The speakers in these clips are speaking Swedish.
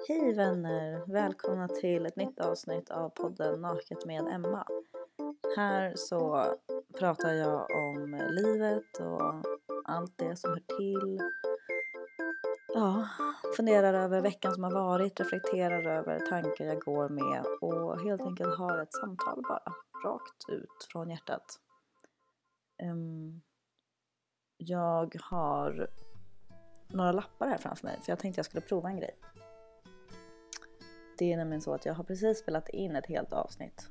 Hej vänner! Välkomna till ett nytt avsnitt av podden Naket med Emma. Här så pratar jag om livet och allt det som hör till. Ja, funderar över veckan som har varit, reflekterar över tankar jag går med och helt enkelt har ett samtal bara, rakt ut från hjärtat. Jag har några lappar här framför mig för jag tänkte jag skulle prova en grej. Det är nämligen så att jag har precis spelat in ett helt avsnitt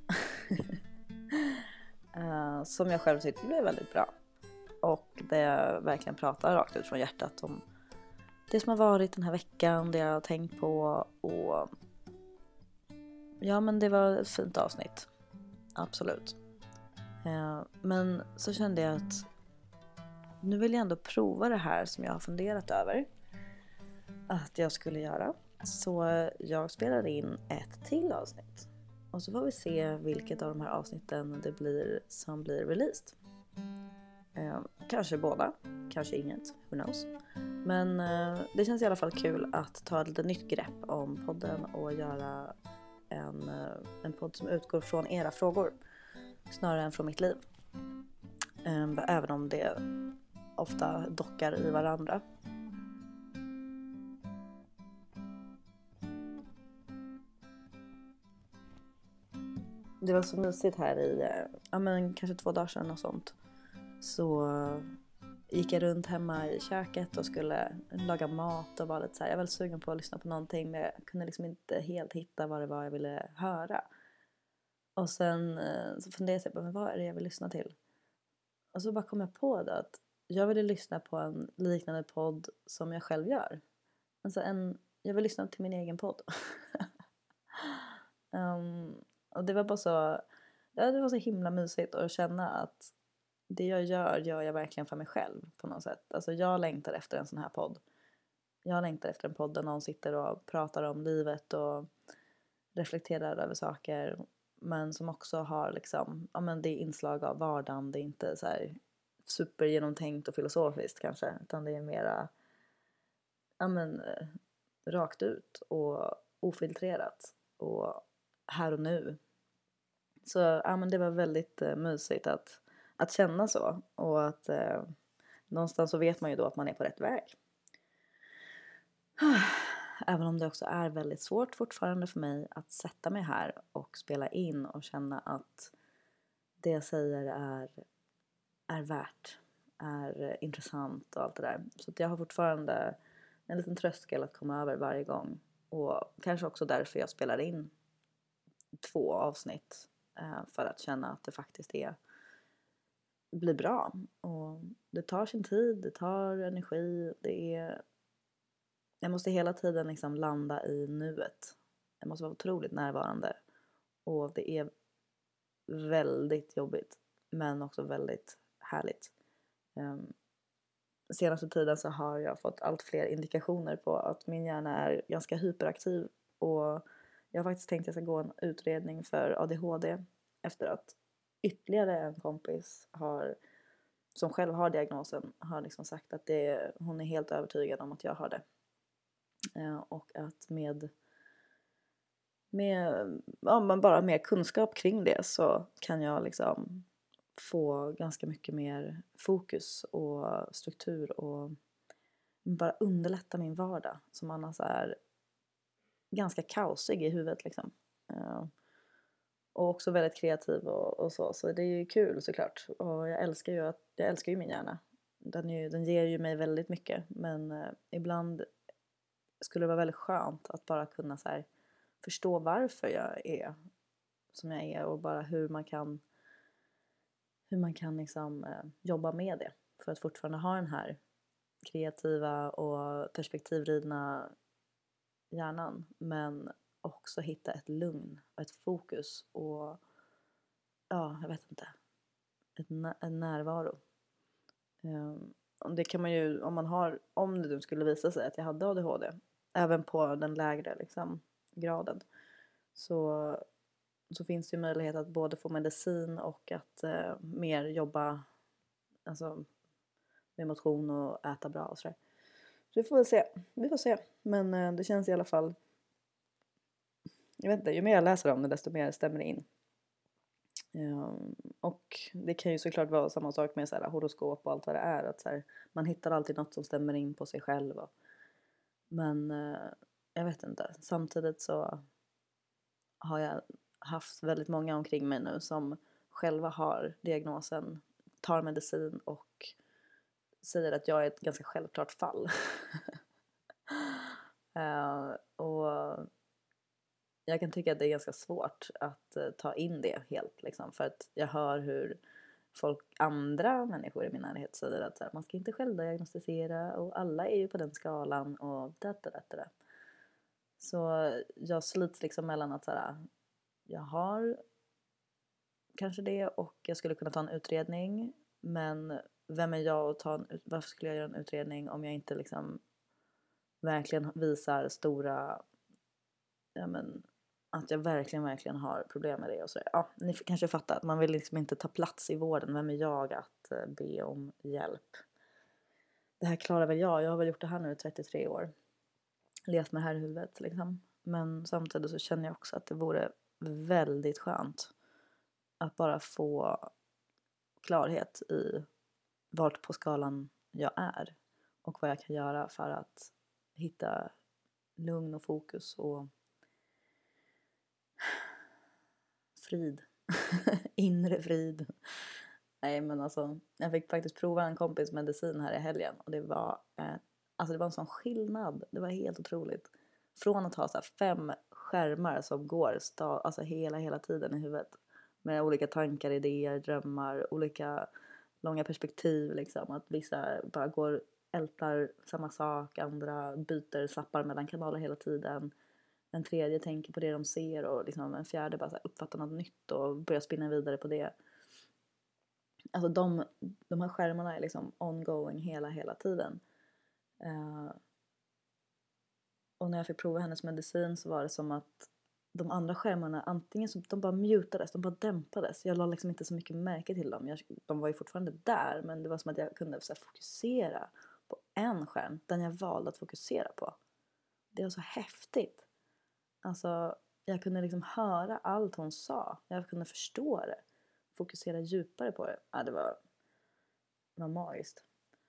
som jag själv tyckte blev väldigt bra. Och där jag verkligen pratar rakt ut från hjärtat om det som har varit den här veckan, det jag har tänkt på. Och ja, men det var ett fint avsnitt. Absolut. Men så kände jag att nu vill jag ändå prova det här som jag har funderat över att jag skulle göra. Så jag spelar in ett till avsnitt. Och så får vi se vilket av de här avsnitten det blir som blir released. Kanske båda, kanske inget, who knows. Men det känns i alla fall kul att ta ett lite nytt grepp om podden och göra en podd som utgår från era frågor snarare än från mitt liv. Även om det ofta dockar i varandra. Det var så mysigt här i kanske 2 dagar sedan och sånt. Så gick jag runt hemma i köket och skulle laga mat och var lite så här. Jag var väldigt sugen på att lyssna på någonting, men jag kunde liksom inte helt hitta vad det var jag ville höra. Och sen så funderade jag på vad är det jag vill lyssna till. Och så bara kom jag på det att jag ville lyssna på en liknande podd som jag själv gör. Alltså jag vill lyssna till min egen podd. Och det var bara så, det var så himla mysigt att känna att det jag gör jag verkligen för mig själv på något sätt. Alltså jag längtar efter en sån här podd. Jag längtar efter en podd där någon sitter och pratar om livet och reflekterar över saker. Men som också har liksom, det är inslag av vardagen. Det är inte så här super genomtänkt och filosofiskt kanske. Utan det är mera, rakt ut och ofiltrerat. Och här och nu. Så det var väldigt mysigt att känna så. Och att någonstans så vet man ju då att man är på rätt väg. Även om det också är väldigt svårt fortfarande för mig att sätta mig här och spela in och känna att det jag säger är värt, är intressant och allt det där. Så att jag har fortfarande en liten tröskel att komma över varje gång. Och kanske också därför jag spelar in 2 avsnitt. För att känna att det faktiskt blir bra. Och det tar sin tid, det tar energi. Jag måste hela tiden liksom landa i nuet. Jag måste vara otroligt närvarande. Och det är väldigt jobbigt. Men också väldigt härligt. Senaste tiden så har jag fått allt fler indikationer på att min hjärna är ganska hyperaktiv. Och jag har faktiskt tänkt att jag ska gå en utredning för ADHD. Efter att ytterligare en kompis som själv har diagnosen har liksom sagt att hon är helt övertygad om att jag har det. Och att bara mer kunskap kring det så kan jag liksom få ganska mycket mer fokus och struktur och bara underlätta min vardag som annars är ganska kaosig i huvudet liksom. Och också väldigt kreativ och så det är ju kul såklart. Och jag älskar ju min hjärna. Den ger ju mig väldigt mycket. Men ibland skulle det vara väldigt skönt att bara kunna så här, förstå varför jag är som jag är. Och bara hur man kan liksom, jobba med det. För att fortfarande ha den här kreativa och perspektivridna hjärnan. Men också hitta ett lugn och ett fokus och jag vet inte, en närvaro. Det kan man ju, om det skulle visa sig att jag hade ADHD, även på den lägre liksom, graden, så finns det ju möjlighet att både få medicin och att mer jobba alltså, med motion och äta bra och sådär. Så vi får se. Men det känns i alla fall jag vet inte, ju mer jag läser om det desto mer stämmer det in. Och det kan ju såklart vara samma sak med så här, horoskop och allt vad det är. Att så här, man hittar alltid något som stämmer in på sig själv. Men jag vet inte. Samtidigt så har jag haft väldigt många omkring mig nu som själva har diagnosen, tar medicin och säger att jag är ett ganska självklart fall. Och jag kan tycka att det är ganska svårt att ta in det helt liksom, för att jag hör hur andra människor i min närhet säger att så här, man ska inte självdiagnostisera och alla är ju på den skalan och da. Så jag slits liksom mellan att så här, jag har kanske det och jag skulle kunna ta en utredning, men vem är jag att varför skulle jag göra en utredning om jag inte liksom verkligen visar stora, ja men, att jag verkligen har problem med det och så. Ja, ni kanske fattar att man vill liksom inte ta plats i vården. Vem är jag att be om hjälp? Det här klarar väl jag har väl gjort det här nu i 33 år. Levt med det här i huvudet liksom. Men samtidigt så känner jag också att det vore väldigt skönt att bara få klarhet i vart på skalan jag är. Och vad jag kan göra för att hitta lugn och fokus och frid. Inre frid. Nej men alltså, jag fick faktiskt prova en kompis medicin här i helgen. Och det var en sån skillnad. Det var helt otroligt. Från att ha så här 5 skärmar som går alltså hela tiden i huvudet. Med olika tankar, idéer, drömmar, olika långa perspektiv liksom. Att vissa bara ältar samma sak, andra zappar mellan kanaler hela tiden. En tredje tänker på det de ser och liksom en fjärde bara så här uppfattar något nytt och börjar spinna vidare på det. Alltså de här skärmarna är liksom ongoing hela tiden. Och när jag fick prova hennes medicin så var det som att de andra skärmarna antingen så de bara mutades, de bara dämpades. Jag la liksom inte så mycket märke till dem. De var ju fortfarande där, men det var som att jag kunde så här fokusera på en skärm, den jag valde att fokusera på. Det var så häftigt. Alltså, jag kunde liksom höra allt hon sa. Jag kunde förstå det. Fokusera djupare på det. Ja, det var magiskt.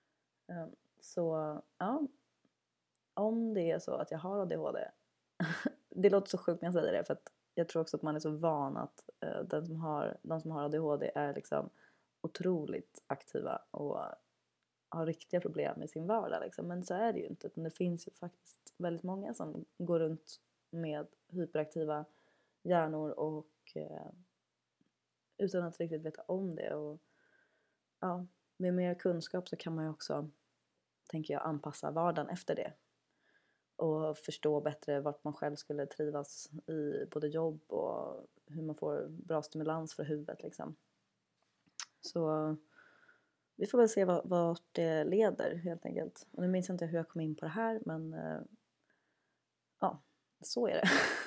Så, ja. Om det är så att jag har ADHD. Det låter så sjukt när jag säger det. För att jag tror också att man är så van att de som har ADHD är liksom otroligt aktiva. Och har riktiga problem med sin vardag. Liksom. Men så är det ju inte. Utan det finns ju faktiskt väldigt många som går runt med hyperaktiva hjärnor och utan att riktigt veta om det. Och ja, med mer kunskap så kan man ju också, tänker jag, anpassa vardagen efter det. Och förstå bättre vart man själv skulle trivas i både jobb och hur man får bra stimulans för huvudet liksom. Så vi får väl se vart det leder helt enkelt. Och nu minns jag inte hur jag kom in på det här, men ja, så är det.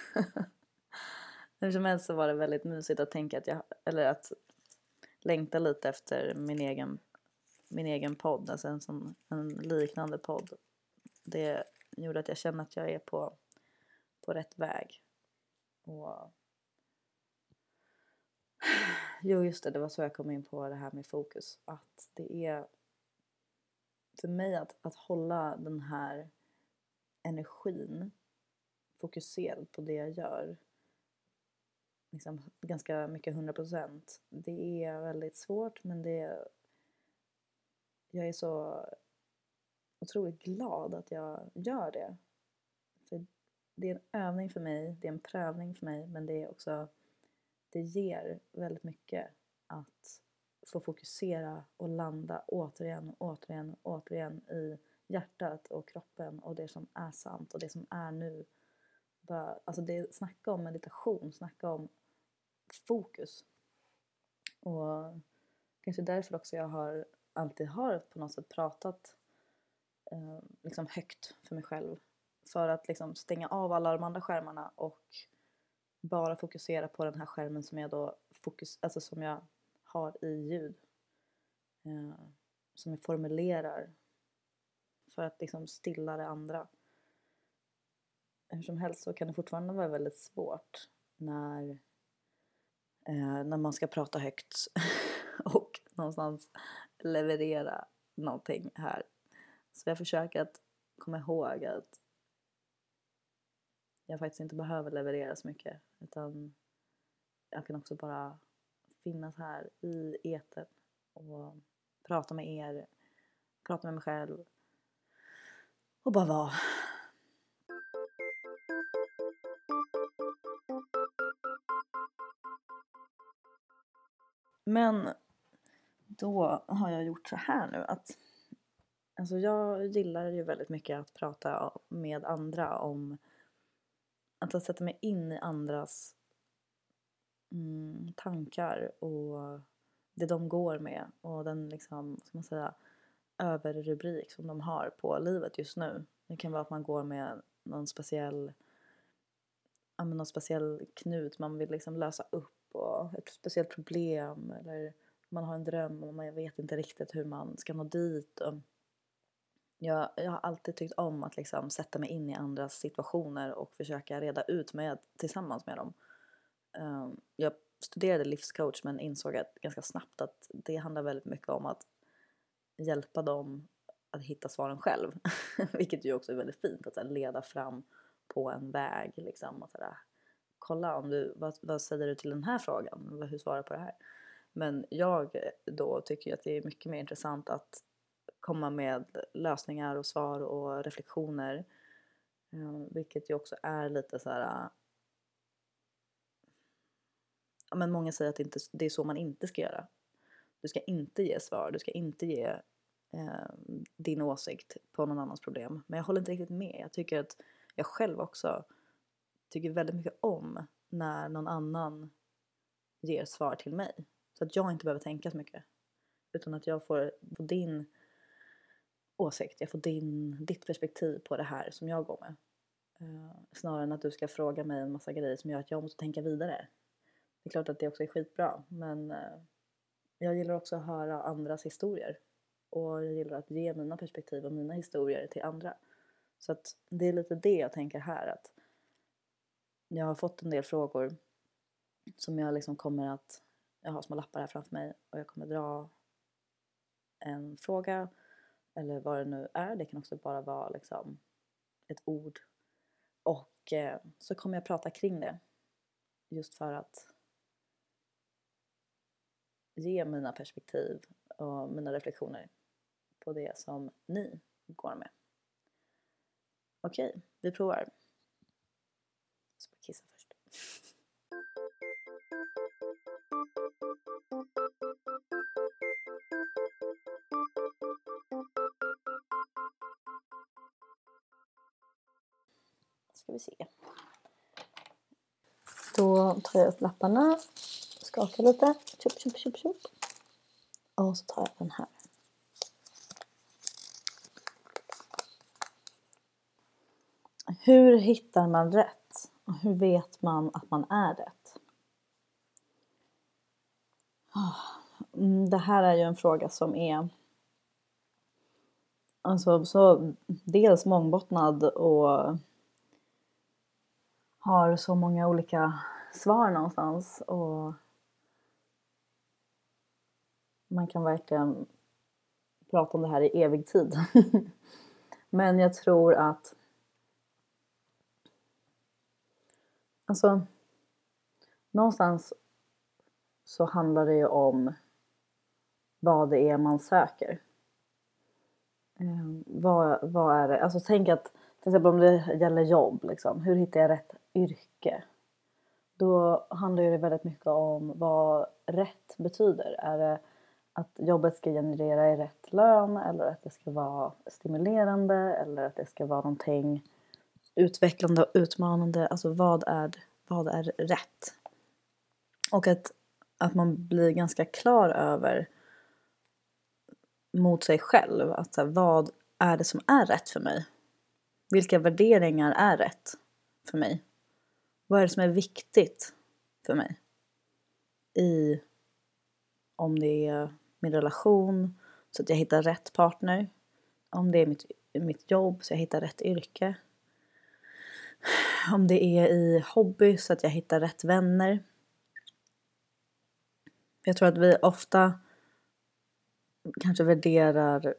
Hur som helst så var det väldigt mysigt att tänka att längta lite efter min egen podd, alltså en liknande podd. Det gjorde att jag kände att jag är på rätt väg. Och jo, just det var så jag kom in på det här med fokus. Att det är för mig att hålla den här energin fokuserad på det jag gör. Liksom ganska mycket 100%. Det är väldigt svårt, men jag är så otroligt glad att jag gör det. För det är en övning för mig, det är en prövning för mig, men det är också, det ger väldigt mycket att få fokusera och landa återigen i hjärtat och kroppen och det som är sant och det som är nu. Alltså snacka om meditation, snacka om fokus. Och kanske därför också jag alltid har på något sätt pratat liksom högt för mig själv. För att liksom stänga av alla de andra skärmarna och bara fokusera på den här skärmen som jag då som jag har i ljud. Som jag formulerar för att liksom stilla det andra. hur som helst så kan det fortfarande vara väldigt svårt när man ska prata högt och någonstans leverera någonting här. Så jag försöker att komma ihåg att jag faktiskt inte behöver leverera så mycket, utan jag kan också bara finnas här i etern och prata med er, prata med mig själv och bara vara. Men då har jag gjort så här nu att alltså jag gillar ju väldigt mycket att prata med andra om att sätta mig in i andras tankar och det de går med och den liksom, ska man säga, överrubrik som de har på livet just nu. Det kan vara att man går med någon speciell knut man vill liksom lösa upp och ett speciellt problem, eller man har en dröm och man vet inte riktigt hur man ska nå dit. Och jag har alltid tyckt om att liksom sätta mig in i andras situationer och försöka reda ut tillsammans med dem. Jag studerade livscoach men insåg ganska snabbt att det handlar väldigt mycket om att hjälpa dem att hitta svaren själv. Vilket ju också är väldigt fint, att leda fram på en väg liksom, och kolla om vad säger du till den här frågan, hur svarar du på det här. Men jag då tycker att det är mycket mer intressant att komma med lösningar och svar och reflektioner, vilket ju också är lite så här. Men många säger att det är så man inte ska göra. Du ska inte ge svar, du ska inte ge din åsikt på någon annans problem. Men jag håller inte riktigt med. Jag tycker att jag själv också tycker väldigt mycket om när någon annan ger svar till mig. Så att jag inte behöver tänka så mycket. Utan att jag får din åsikt, jag får ditt perspektiv på det här som jag går med. Snarare än att du ska fråga mig en massa grejer som gör att jag måste tänka vidare. Det är klart att det också är skitbra, men jag gillar också att höra andras historier. Och jag gillar att ge mina perspektiv och mina historier till andra. Så att det är lite det jag tänker här, att jag har fått en del frågor som jag liksom jag har små lappar här framför mig och jag kommer dra en fråga eller vad det nu är. Det kan också bara vara liksom ett ord. Och så kommer jag prata kring det. Just för att ge mina perspektiv och mina reflektioner på det som ni går med. Okej, vi provar. Jag ska kissa först. Ska vi se. Då tar jag upp lapparna, skakar lite, tjup. Och så tar jag den här. Hur hittar man rätt? Och hur vet man att man är rätt? Det här är ju en fråga som är alltså så dels mångbottnad och har så många olika svar någonstans, och man kan verkligen prata om det här i evig tid. Men jag tror att alltså någonstans så handlar det ju om vad det är man söker. Vad är det? Alltså tänk att till exempel om det gäller jobb liksom, hur hittar jag rätt yrke? Då handlar det väldigt mycket om vad rätt betyder. Är det att jobbet ska generera i rätt lön, eller att det ska vara stimulerande, eller att det ska vara någonting utvecklande och utmanande? Alltså vad är rätt? Och att man blir ganska klar över mot sig själv att vad är det som är rätt för mig? Vilka värderingar är rätt för mig? Vad är det som är viktigt för mig? Om det är min relation, så att jag hittar rätt partner. Om det är mitt jobb, så jag hittar rätt yrke. Om det är i hobby så att jag hittar rätt vänner. Jag tror att vi ofta kanske värderar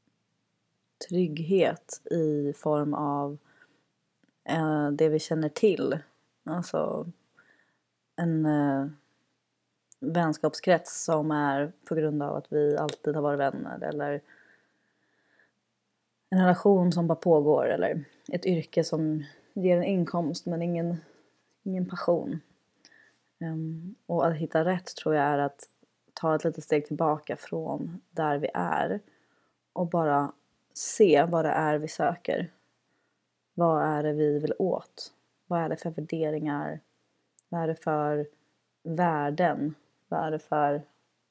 trygghet i form av det vi känner till. Alltså en vänskapskrets som är på grund av att vi alltid har varit vänner. Eller en relation som bara pågår. Eller ett yrke som ger en inkomst men ingen passion. Och att hitta rätt tror jag är att ta ett litet steg tillbaka från där vi är. Och bara se vad det är vi söker. Vad är det vi vill åt? Vad är det för värderingar? Vad är det för värden? Vad är det för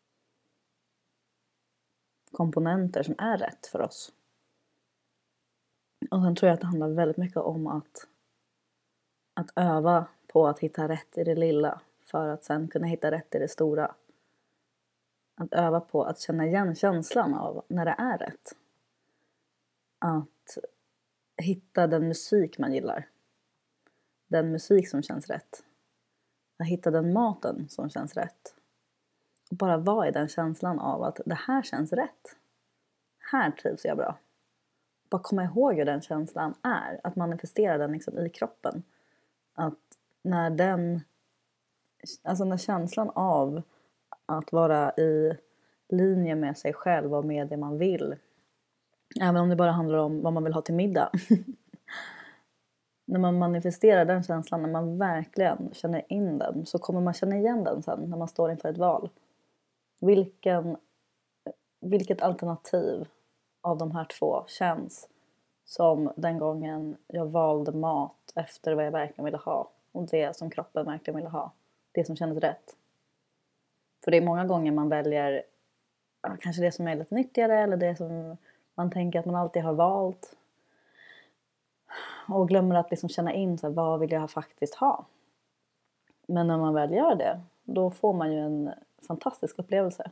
komponenter som är rätt för oss? Och sen tror jag att det handlar väldigt mycket om att öva på att hitta rätt i det lilla. För att sen kunna hitta rätt i det stora. Att öva på att känna igen känslan av när det är rätt. Att hitta den musik man gillar. Den musik som känns rätt. Att hitta den maten som känns rätt. Och bara vara i den känslan av att det här känns rätt. Här trivs jag bra. Bara komma ihåg hur den känslan är. Att manifestera den liksom i kroppen. Att när känslan av att vara i linje med sig själv och med det man vill. Även om det bara handlar om vad man vill ha till middag. När man manifesterar den känslan, när man verkligen känner in den, så kommer man känna igen den sen när man står inför ett val. Vilket alternativ av de här två känns som den gången jag valde mat efter vad jag verkligen ville ha. Och det som kroppen verkligen ville ha. Det som kändes rätt. För det är många gånger man väljer kanske det som är lite nyttigare eller det som man tänker att man alltid har valt. Och glömmer att liksom känna in så här, vad vill jag faktiskt ha. Men när man väl gör det, då får man ju en fantastisk upplevelse.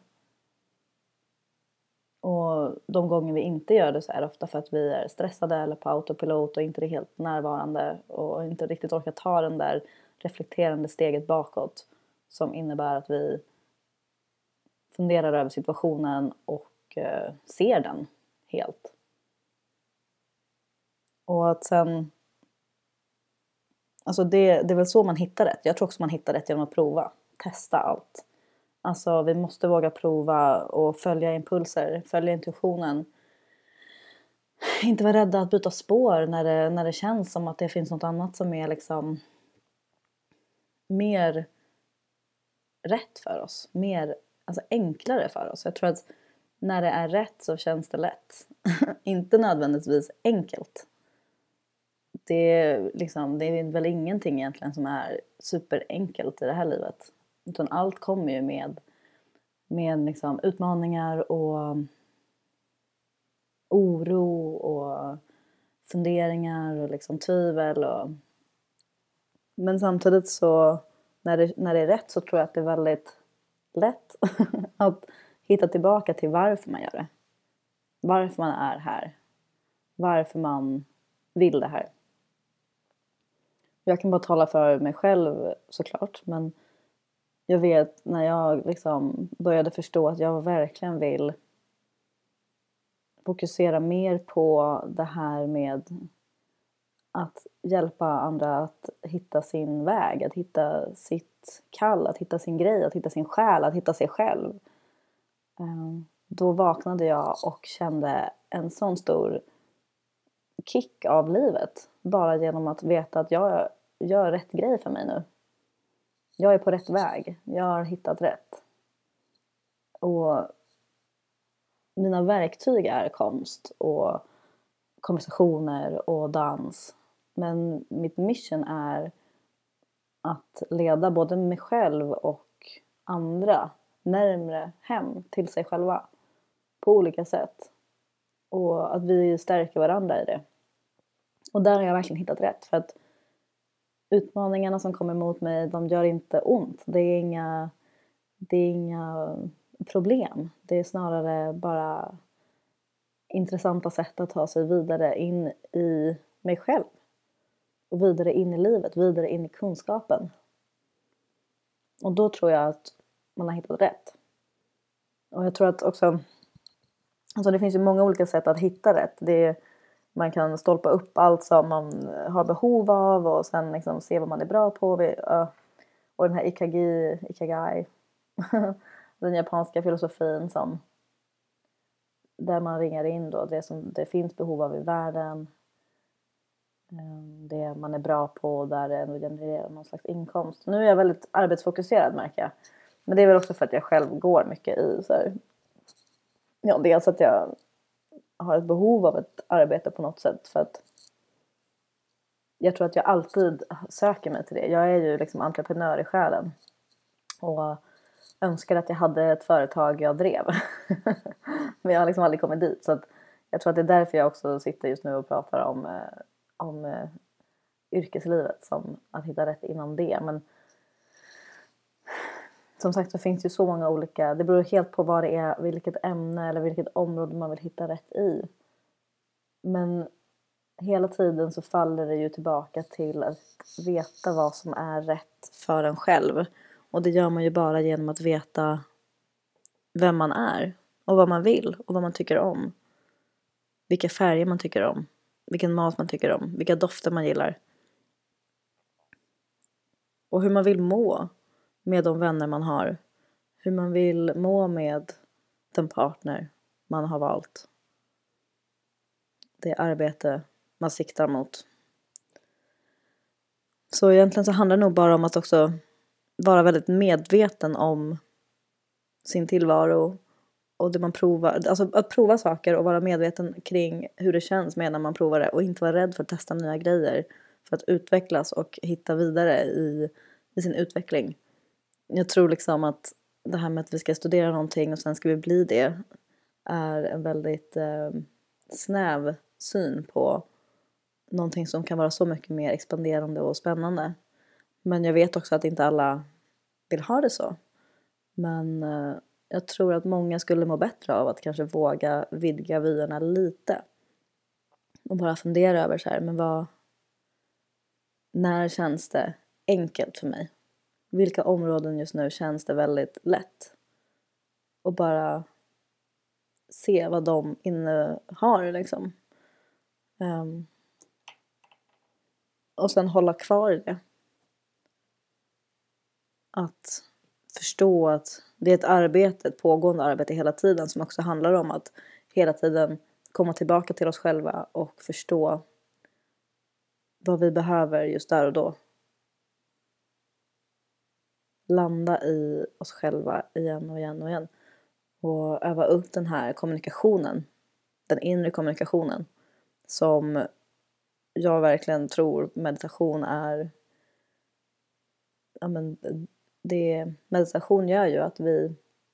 Och de gånger vi inte gör det så är det ofta för att vi är stressade eller på autopilot och inte är helt närvarande. Och inte riktigt orkar ta den där reflekterande steget bakåt. Som innebär att vi funderar över situationen och ser den helt. Och att sen, alltså det är väl så man hittar rätt. Jag tror också man hittar rätt genom att prova. Testa allt. Alltså vi måste våga prova och följa impulser. Följa intuitionen. Inte vara rädda att byta spår när det känns som att det finns något annat som är liksom mer rätt för oss. Mer, alltså enklare för oss. Jag tror att när det är rätt så känns det lätt. Inte nödvändigtvis enkelt. Det är väl ingenting egentligen som är superenkelt i det här livet. Utan allt kommer ju med liksom utmaningar och oro och funderingar och liksom tvivel. Men samtidigt så när det är rätt så tror jag att det är väldigt lätt att hitta tillbaka till varför man gör det. Varför man är här. Varför man vill det här. Jag kan bara tala för mig själv såklart. Men jag vet när jag liksom började förstå att jag verkligen vill fokusera mer på det här med att hjälpa andra att hitta sin väg. Att hitta sitt kall, att hitta sin grej, att hitta sin själ, att hitta sig själv. Då vaknade jag och kände en sån stor kick av livet. Bara genom att veta att jag gör rätt grej för mig nu. Jag är på rätt väg. Jag har hittat rätt. Och mina verktyg är konst och konversationer och dans. Men mitt mission är att leda både mig själv och andra närmare hem till sig själva. På olika sätt. Och att vi stärker varandra i det. Och där har jag verkligen hittat rätt. För att utmaningarna som kommer emot mig, de gör inte ont. Det är inga problem. Det är snarare bara intressanta sätt att ta sig vidare in i mig själv. och vidare in i livet, vidare in i kunskapen. Och då tror jag att man har hittat rätt. Och jag tror att också, alltså det finns ju många olika sätt att hitta rätt. Man kan stolpa upp allt som man har behov av och sen liksom se vad man är bra på. Och den här Ikigai, den japanska filosofin där man ringar in då det som det finns behov av i världen. Det man är bra på, där det ändå genererar någon slags inkomst. Nu är jag väldigt arbetsfokuserad, märker jag. Men det är väl också för att jag själv går mycket i så här, ja, dels att jag har ett behov av ett arbete på något sätt, för att jag tror att jag alltid söker mig till det. Jag är ju liksom entreprenör i själen och önskar att jag hade ett företag jag drev. Men jag har liksom aldrig kommit dit, så att jag tror att det är därför jag också sitter just nu och pratar om yrkeslivet, som att hitta rätt inom det. Men som sagt så finns ju så många olika, det beror helt på vad det är, vilket ämne eller vilket område man vill hitta rätt i. Men hela tiden så faller det ju tillbaka till att veta vad som är rätt för en själv. Och det gör man ju bara genom att veta vem man är och vad man vill och vad man tycker om. Vilka färger man tycker om, vilken mat man tycker om, vilka dofter man gillar. Och hur man vill må med de vänner man har. Hur man vill må med den partner man har valt. Det arbete man siktar mot. Så egentligen så handlar det nog bara om att också vara väldigt medveten om sin tillvaro och det man provar. Alltså att prova saker och vara medveten kring hur det känns medan man provar det. Och inte vara rädd för att testa nya grejer. För att utvecklas och hitta vidare i sin utveckling. Jag tror liksom att det här med att vi ska studera någonting och sen ska vi bli det är en väldigt snäv syn på någonting som kan vara så mycket mer expanderande och spännande. Men jag vet också att inte alla vill ha det så. Men jag tror att många skulle må bättre av att kanske våga vidga vyerna lite. Och bara fundera över så här, men när känns det enkelt för mig? Vilka områden just nu känns det väldigt lätt? Och bara se vad de innehar liksom. Och sen hålla kvar i det. Att förstå att det är ett pågående arbete hela tiden, som också handlar om att hela tiden komma tillbaka till oss själva och förstå vad vi behöver just där och då. Landa i oss själva igen och igen och igen. Och öva upp den här kommunikationen. Den inre kommunikationen. Som jag verkligen tror meditation är. Ja, men meditation gör ju att vi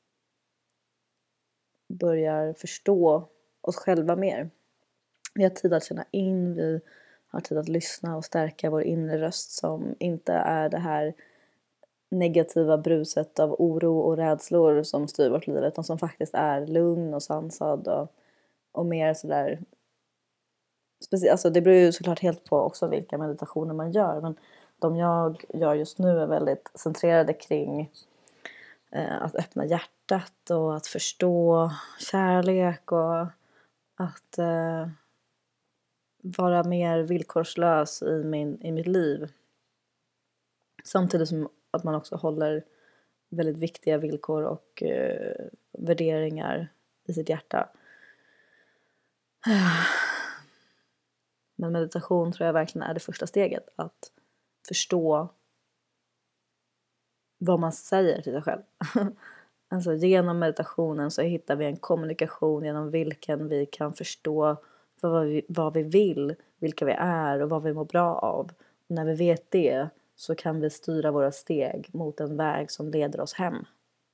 börjar förstå oss själva mer. Vi har tid att känna in. Vi har tid att lyssna och stärka vår inre röst, som inte är det här negativa bruset av oro och rädslor som styr vårt liv, utan som faktiskt är lugn och sansad och mer sådär. Alltså det beror ju såklart helt på också vilka meditationer man gör, men de jag gör just nu är väldigt centrerade kring att öppna hjärtat och att förstå kärlek och att vara mer villkorslös i mitt liv. Samtidigt som att man också håller väldigt viktiga villkor och värderingar i sitt hjärta. Men meditation tror jag verkligen är det första steget. Att förstå vad man säger till sig själv. Alltså genom meditationen så hittar vi en kommunikation genom vilken vi kan förstå vad vi vill, vilka vi är och vad vi mår bra av. Och när vi vet det så kan vi styra våra steg mot en väg som leder oss hem.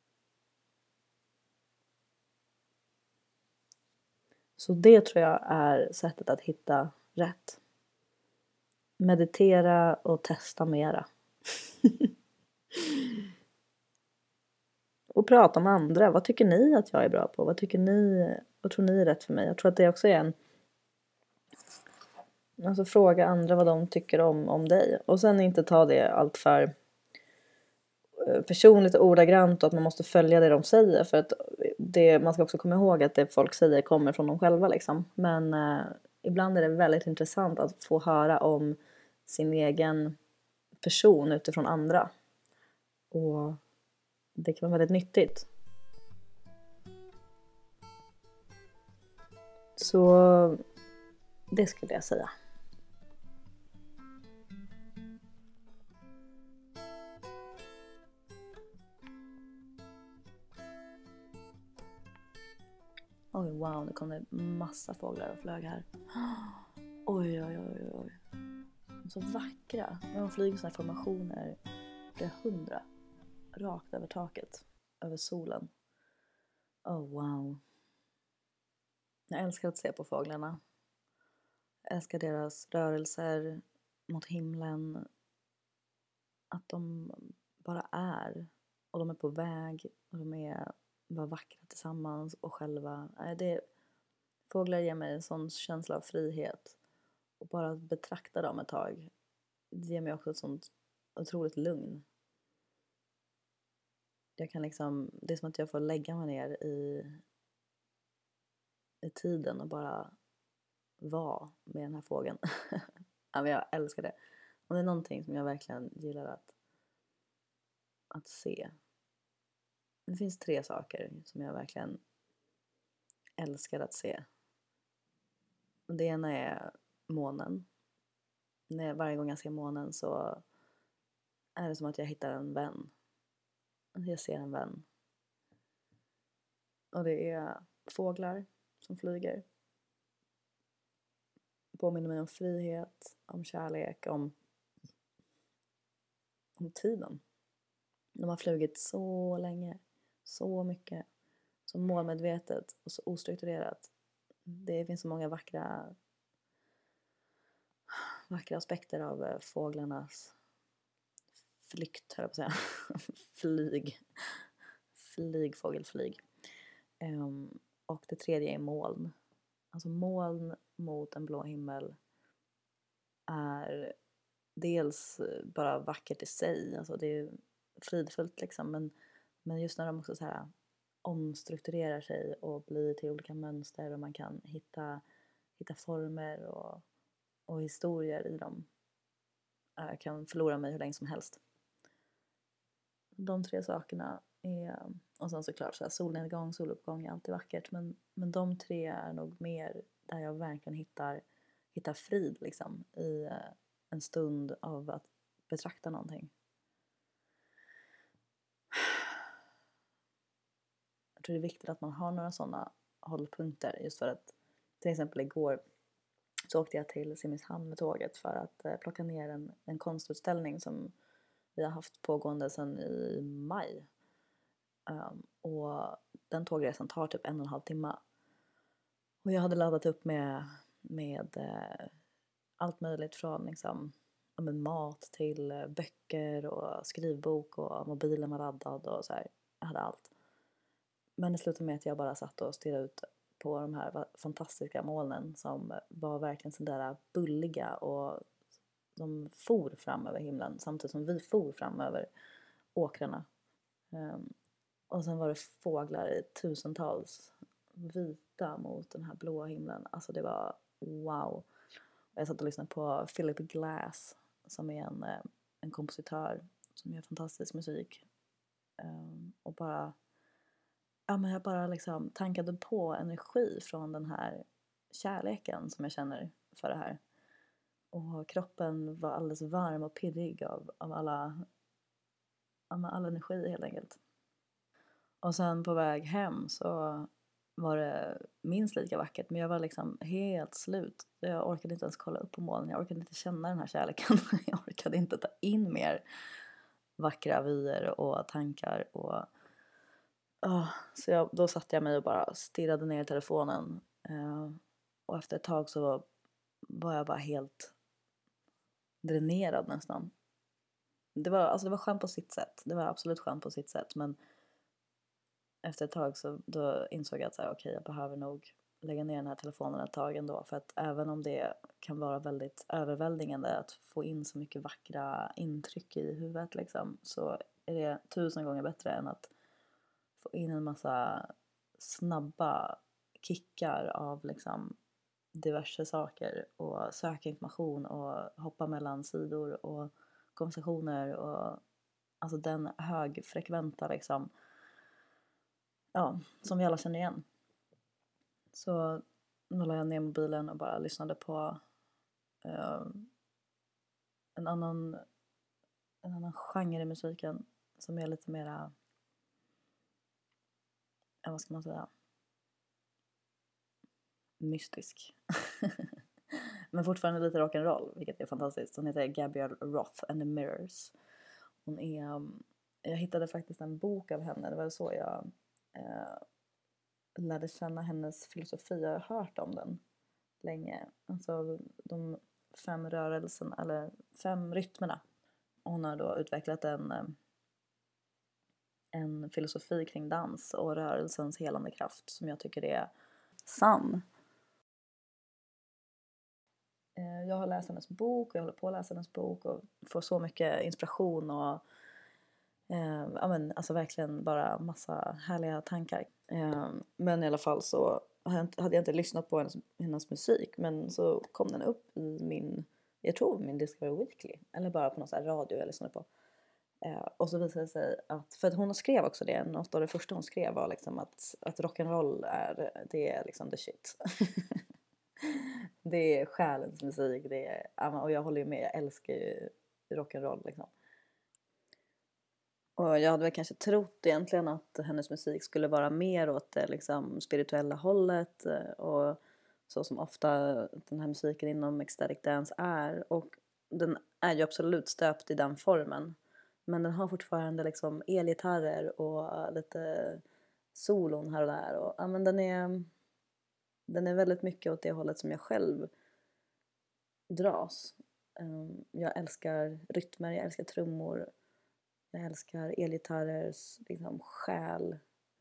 Så det tror jag är sättet att hitta rätt. Meditera och testa mera. Och prata med andra. Vad tycker ni att jag är bra på? Vad tror ni är rätt för mig? Jag tror att det också är Alltså fråga andra vad de tycker om dig. Och sen inte ta det allt för personligt och ordagrant och att man måste följa det de säger. För att man ska också komma ihåg att det folk säger kommer från dem själva liksom. Men ibland är det väldigt intressant att få höra om sin egen person utifrån andra. Och det kan vara väldigt nyttigt. Så det skulle jag säga. Oj, wow, det kom det massa fåglar och flög här. Oj, oj, oj, oj. Så vackra. De flyger såna här formationer. Det är 100. Rakt över taket. Över solen. Oh, wow. Jag älskar att se på fåglarna. Jag älskar deras rörelser mot himlen. Att de bara är. Och de är på väg. Och de är bara vackra tillsammans och själva. Fåglar ger mig en sån känsla av frihet. Och bara att betrakta dem ett tag. Det ger mig också ett sånt otroligt lugn. Jag kan liksom, det är som att jag får lägga mig ner i tiden och bara vara med den här fågeln. Ja, men jag älskar det. Och det är någonting som jag verkligen gillar att se. Det finns 3 saker som jag verkligen älskar att se. Det ena är månen. Varje gång jag ser månen så är det som att jag hittar en vän. Jag ser en vän. Och det är fåglar som flyger. Påminner mig om frihet, om kärlek, om tiden. De har flugit så länge, så mycket, så målmedvetet och så ostrukturerat. Det finns så många vackra aspekter av fåglarnas flykt, höll jag på att säga. Fågelflyg. Och det tredje är moln. Alltså moln mot en blå himmel är dels bara vackert i sig. Alltså det är fridfullt liksom. Men just när de också så här omstrukturerar sig och blir till olika mönster och man kan hitta former och historier i dem. Jag kan förlora mig hur länge som helst. De 3 sakerna är, och sen såklart så här, solnedgång, soluppgång är alltid vackert, men de 3 är nog mer där jag verkligen hittar frid liksom i en stund av att betrakta någonting. Jag tror det är viktigt att man har några sådana hållpunkter, just för att till exempel igår så åkte jag till Simrishamn med tåget för att plocka ner en konstutställning som vi har haft pågående sedan i maj. Och den tågresan tar typ 1,5 timme. Och jag hade laddat upp med allt möjligt från liksom, mat till böcker och skrivbok och mobilen var laddad och så här. Jag hade allt. Men det slutade med att jag bara satt och stirrade ut på de här fantastiska molnen som var verkligen så där bulliga och de for fram över himlen samtidigt som vi for fram över åkrarna. Och sen var det fåglar i tusentals vita mot den här blåa himlen. Alltså det var wow. Jag satt och lyssnade på Philip Glass som är en kompositör som gör fantastisk musik. Och bara men jag bara liksom tankade på energi från den här kärleken som jag känner för det här. Och kroppen var alldeles varm och pirrig av all energi helt enkelt. Och sen på väg hem så var det minst lika vackert, men jag var liksom helt slut. Jag orkade inte ens kolla upp på molnen, jag orkade inte känna den här kärleken. Jag orkade inte ta in mer vackra vyer och tankar och så då satte jag mig och bara stirrade ner i telefonen. Och efter ett tag så var jag bara helt dränerad nästan. Det var skönt på sitt sätt. Det var absolut skönt på sitt sätt. Men efter ett tag så då insåg jag att okej, jag behöver nog lägga ner den här telefonen ett tag ändå. För att även om det kan vara väldigt överväldigande att få in så mycket vackra intryck i huvudet liksom, så är det 1000 gånger bättre än att få in en massa snabba kickar av liksom diverse saker och söka information och hoppa mellan sidor och konversationer och alltså den högfrekventa liksom, ja, som vi alla känner igen. Så nu la jag ner mobilen och bara lyssnade på eh, en annan genre i musiken som är lite mera, vad ska man säga, mystisk. Men fortfarande lite rock'n'roll, vilket är fantastiskt. Hon heter Gabrielle Roth and the Mirrors. Hon är, jag hittade faktiskt en bok av henne, det var så jag lärde känna hennes filosofi. Jag har hört om den länge. Alltså de 5 rörelserna, eller 5 rytmerna. Hon har då utvecklat en filosofi kring dans och rörelsens helande kraft som jag tycker är sann. Jag har läst hennes bok och jag håller på att läsa hennes bok och får så mycket inspiration och ja, men alltså verkligen bara massa härliga tankar. Men i alla fall så hade jag inte lyssnat på hennes musik, men så kom den upp i min Discovery Weekly eller bara på någon sån här radio jag lyssnade på. Och så visade det sig att, för att hon skrev också det, något av det första hon skrev var liksom att rock'n'roll det är liksom the shit. Det är själens musik, och jag håller ju med, jag älskar ju rock'n'roll liksom. Och jag hade väl kanske trott egentligen att hennes musik skulle vara mer åt det liksom spirituella hållet och så som ofta den här musiken inom ecstatic dance är, och den är ju absolut stöpt i den formen, men den har fortfarande liksom elgitarrer och lite solon här och där, och ja, men den är väldigt mycket åt det hållet som jag själv dras. Jag älskar rytmer, jag älskar trummor, jag älskar elgitarrers liksom själ,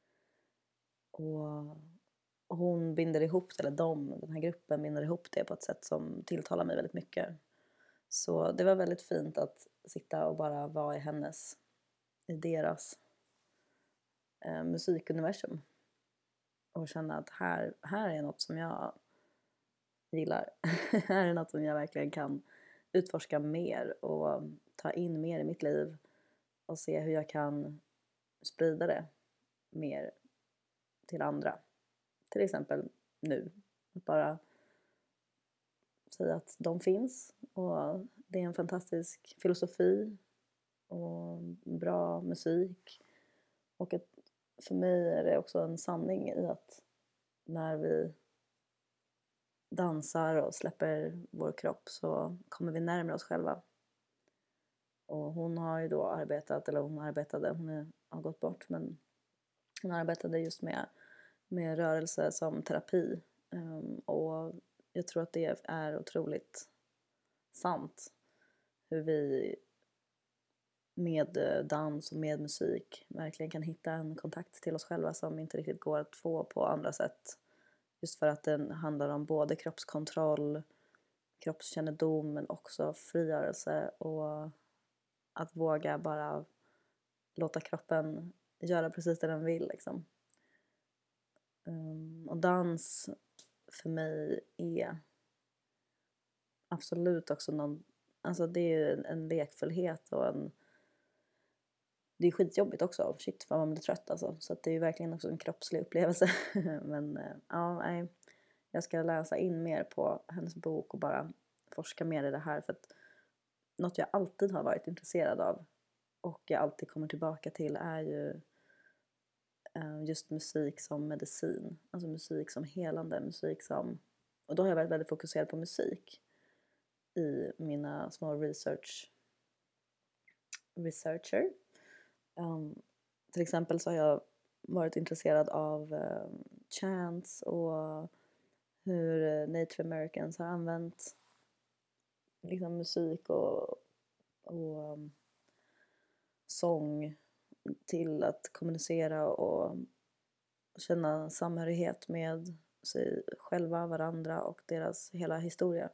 och hon binder ihop det, eller den här gruppen binder ihop det på ett sätt som tilltalar mig väldigt mycket. Så det var väldigt fint att sitta och bara vara i deras musikuniversum och känna att här är något som jag gillar. Här är något som jag verkligen kan utforska mer och ta in mer i mitt liv och se hur jag kan sprida det mer till andra. Till exempel nu. Att bara säga att de finns och det är en fantastisk filosofi och bra musik. Och att för mig är det också en sanning i att när vi dansar och släpper vår kropp så kommer vi närmare oss själva. Och hon har ju då arbetat, eller hon har gått bort, men hon arbetade just med rörelse som terapi. Och jag tror att det är otroligt sant. Hur vi med dans och med musik verkligen kan hitta en kontakt till oss själva som inte riktigt går att få på andra sätt. Just för att den handlar om både kroppskontroll, kroppskännedom, men också frigörelse och att våga bara låta kroppen göra precis det den vill liksom. Och dans för mig är absolut också alltså det är en lekfullhet och det är skitjobbigt också. Shit vad man blir trött alltså. Så att det är verkligen också en kroppslig upplevelse. Men ja, nej. Jag ska läsa in mer på hennes bok och bara forska mer i det här. För att något jag alltid har varit intresserad av och jag alltid kommer tillbaka till är ju just musik som medicin. Alltså musik som helande, musik som... Och då har jag varit väldigt fokuserad på musik i mina små researcher. Till exempel så har jag varit intresserad av chants och hur Native Americans har använt liksom musik och sång till att kommunicera och känna samhörighet med sig själva, varandra och deras hela historia.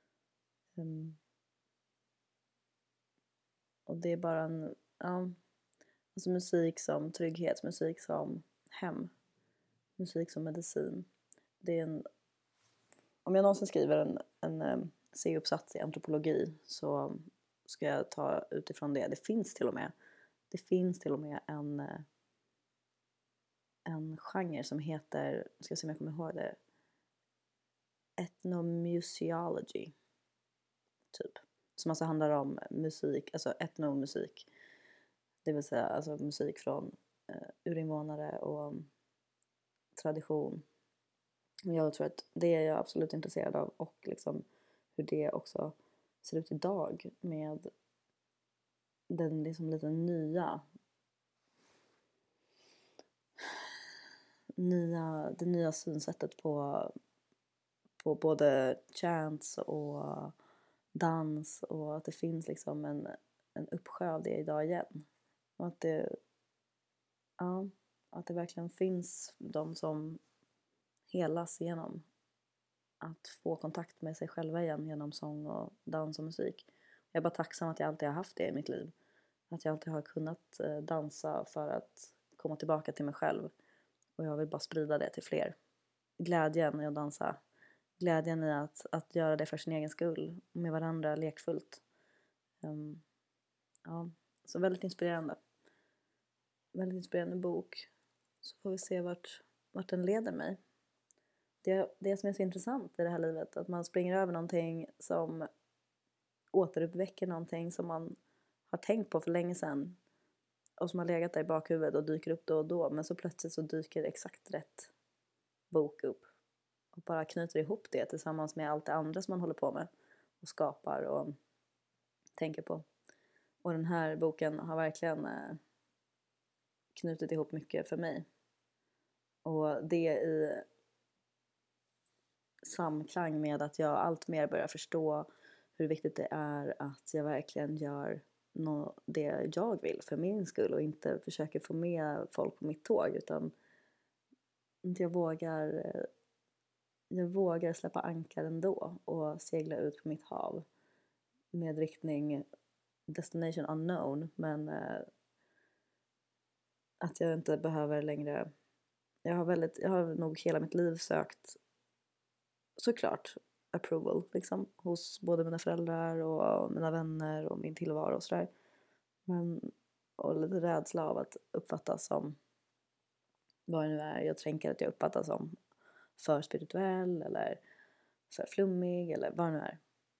Och det är bara alltså musik som trygghet, musik som hem, musik som medicin. Det är om jag någonsin skriver en C-uppsats i antropologi så ska jag ta utifrån det. Det finns till och med en genre som heter, ska jag se om jag kommer ihåg det, ethnomuseology typ, som alltså handlar om musik, alltså etnomusik, det vill säga alltså musik från urinvånare och tradition. Jag tror att det är jag absolut intresserad av, och liksom hur det också ser ut idag med den liksom lite det nya synsättet på både chants och dans, och att det finns liksom en uppsjö av det idag igen. Och att det verkligen finns de som helas genom att få kontakt med sig själva igen genom sång och dans och musik. Jag är bara tacksam att jag alltid har haft det i mitt liv. Att jag alltid har kunnat dansa för att komma tillbaka till mig själv. Och jag vill bara sprida det till fler. Glädjen i att dansa. Glädjen i att göra det för sin egen skull. Med varandra lekfullt. Så väldigt inspirerande. Väldigt inspirerande bok. Så får vi se vart den leder mig. Det som är så intressant i det här livet, att man springer över någonting som återuppväcker någonting som man har tänkt på för länge sedan och som har legat där i bakhuvudet och dyker upp då och då, men så plötsligt så dyker exakt rätt bok upp och bara knyter ihop det tillsammans med allt det andra som man håller på med och skapar och tänker på. Och den här boken har verkligen knutit ihop mycket för mig, och det i samklang med att jag allt mer börjar förstå hur viktigt det är att jag verkligen gör det jag vill för min skull och inte försöker få med folk på mitt tåg, utan jag vågar släppa ankar ändå och segla ut på mitt hav med riktning destination unknown, men att jag inte behöver längre. Jag har nog hela mitt liv sökt, såklart, approval liksom, hos både mina föräldrar och mina vänner och min tillvaro och sådär. Och lite rädsla av att uppfattas som vad det nu är. Jag tänker att jag uppfattas som för spirituell eller för flummig eller vad det nu är.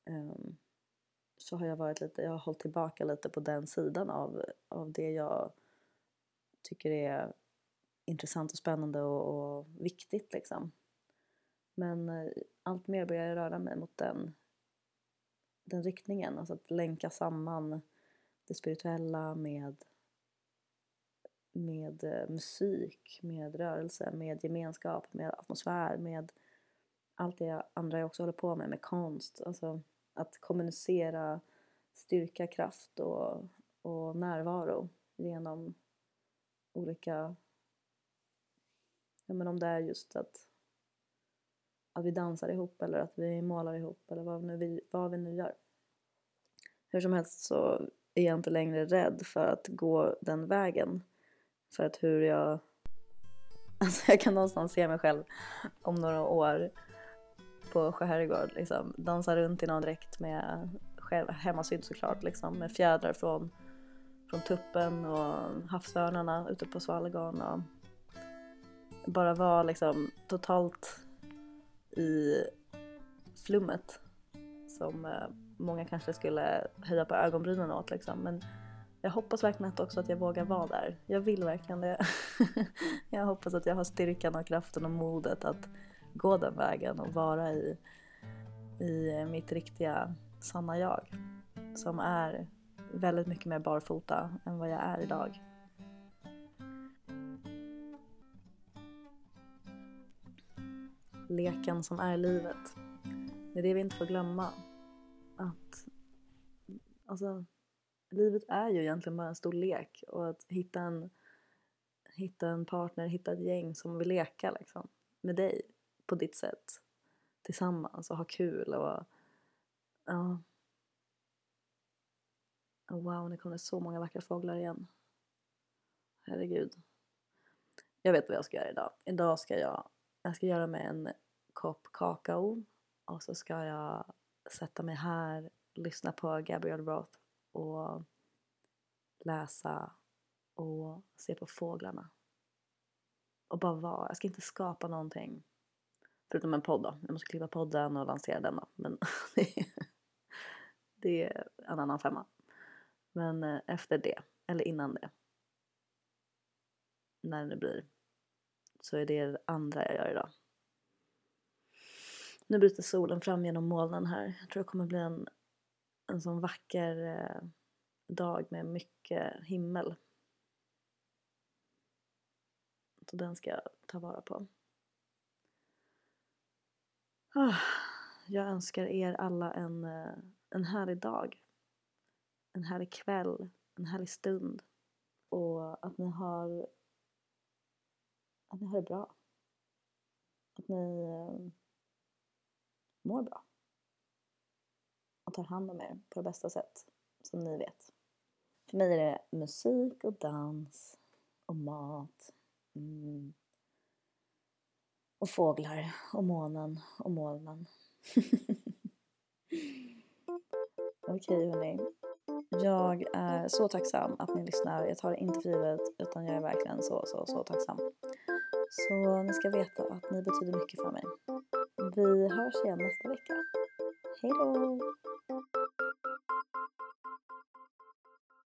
Så har jag jag har hållit tillbaka lite på den sidan av det jag tycker är intressant och spännande och viktigt liksom. Men allt mer börjar jag röra mig mot den riktningen. Alltså att länka samman det spirituella med musik, med rörelse, med gemenskap, med atmosfär, med allt det andra jag också håller på med konst. Alltså att kommunicera styrka, kraft och närvaro genom olika, men om det är just att vi dansar ihop eller att vi målar ihop eller vad vi nu gör. Hur som helst så är jag inte längre rädd för att gå den vägen. För att jag kan någonstans se mig själv om några år på Sjöherrgård liksom, dansa runt i någon dräkt med hemmasydd såklart liksom, med fjädrar från tuppen och havsörnarna ute på Svalgarn och bara vara liksom totalt i flummet som många kanske skulle höja på ögonbrynen åt liksom. Men jag hoppas verkligen att jag vågar vara där. Jag vill verkligen det. Jag hoppas att jag har styrkan och kraften och modet att gå den vägen och vara i mitt riktiga sanna jag, som är väldigt mycket mer barfota än vad jag är idag. Leken som är livet. Det är det vi inte får glömma. Att livet är ju egentligen bara en stor lek, och att hitta en partner, hitta ett gäng som vill leka liksom, med dig. på ditt sätt tillsammans och ha kul och ja. Oh, wow, nu kommer det så många vackra fåglar igen. Herregud. Jag vet vad jag ska göra idag. Idag ska jag ska göra mig en kopp kakao och så ska jag sätta mig här, lyssna på Gabriel Roth och läsa och se på fåglarna. Och bara vara. Jag ska inte skapa någonting. Förutom en podd då. Jag måste klippa podden och lansera den då. Men det är en annan femma. Men efter det, eller innan det, när det blir, så är det andra jag gör idag. Nu bryter solen fram genom molnen här. Jag tror det kommer bli en sån vacker dag med mycket himmel. Så den ska jag ta vara på. Jag önskar er alla en härlig dag. En härlig kväll. En härlig stund. Och att ni har det bra. Att ni mår bra. Och tar hand om er på det bästa sätt som ni vet. För mig är det musik och dans och mat. Och fåglar och månen och molnen. Okej hörni. Jag är så tacksam att ni lyssnar. Jag tar det inte för givet utan jag är verkligen så tacksam. Så ni ska veta att ni betyder mycket för mig. Vi hörs igen nästa vecka. Hej då!